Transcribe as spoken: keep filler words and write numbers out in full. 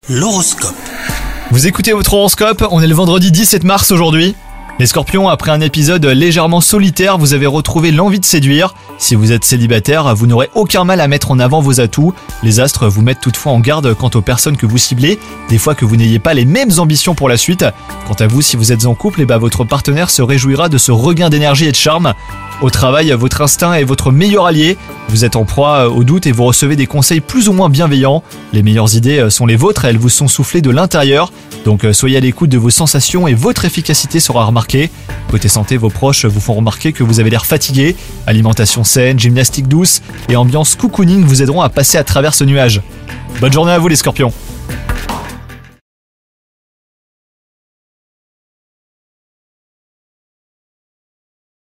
L'horoscope. Vous écoutez votre horoscope, on est le vendredi dix-sept mars aujourd'hui. Les Scorpions, après un épisode légèrement solitaire, vous avez retrouvé l'envie de séduire. Si vous êtes célibataire, vous n'aurez aucun mal à mettre en avant vos atouts. Les astres vous mettent toutefois en garde quant aux personnes que vous ciblez, des fois que vous n'ayez pas les mêmes ambitions pour la suite. Quant à vous, si vous êtes en couple, et bah votre partenaire se réjouira de ce regain d'énergie et de charme. Au travail, votre instinct est votre meilleur allié. Vous êtes en proie au doute et vous recevez des conseils plus ou moins bienveillants. Les meilleures idées sont les vôtres, elles vous sont soufflées de l'intérieur. Donc soyez à l'écoute de vos sensations et votre efficacité sera remarquée. Côté santé, vos proches vous font remarquer que vous avez l'air fatigué. Alimentation saine, gymnastique douce et ambiance cocooning vous aideront à passer à travers ce nuage. Bonne journée à vous les Scorpions.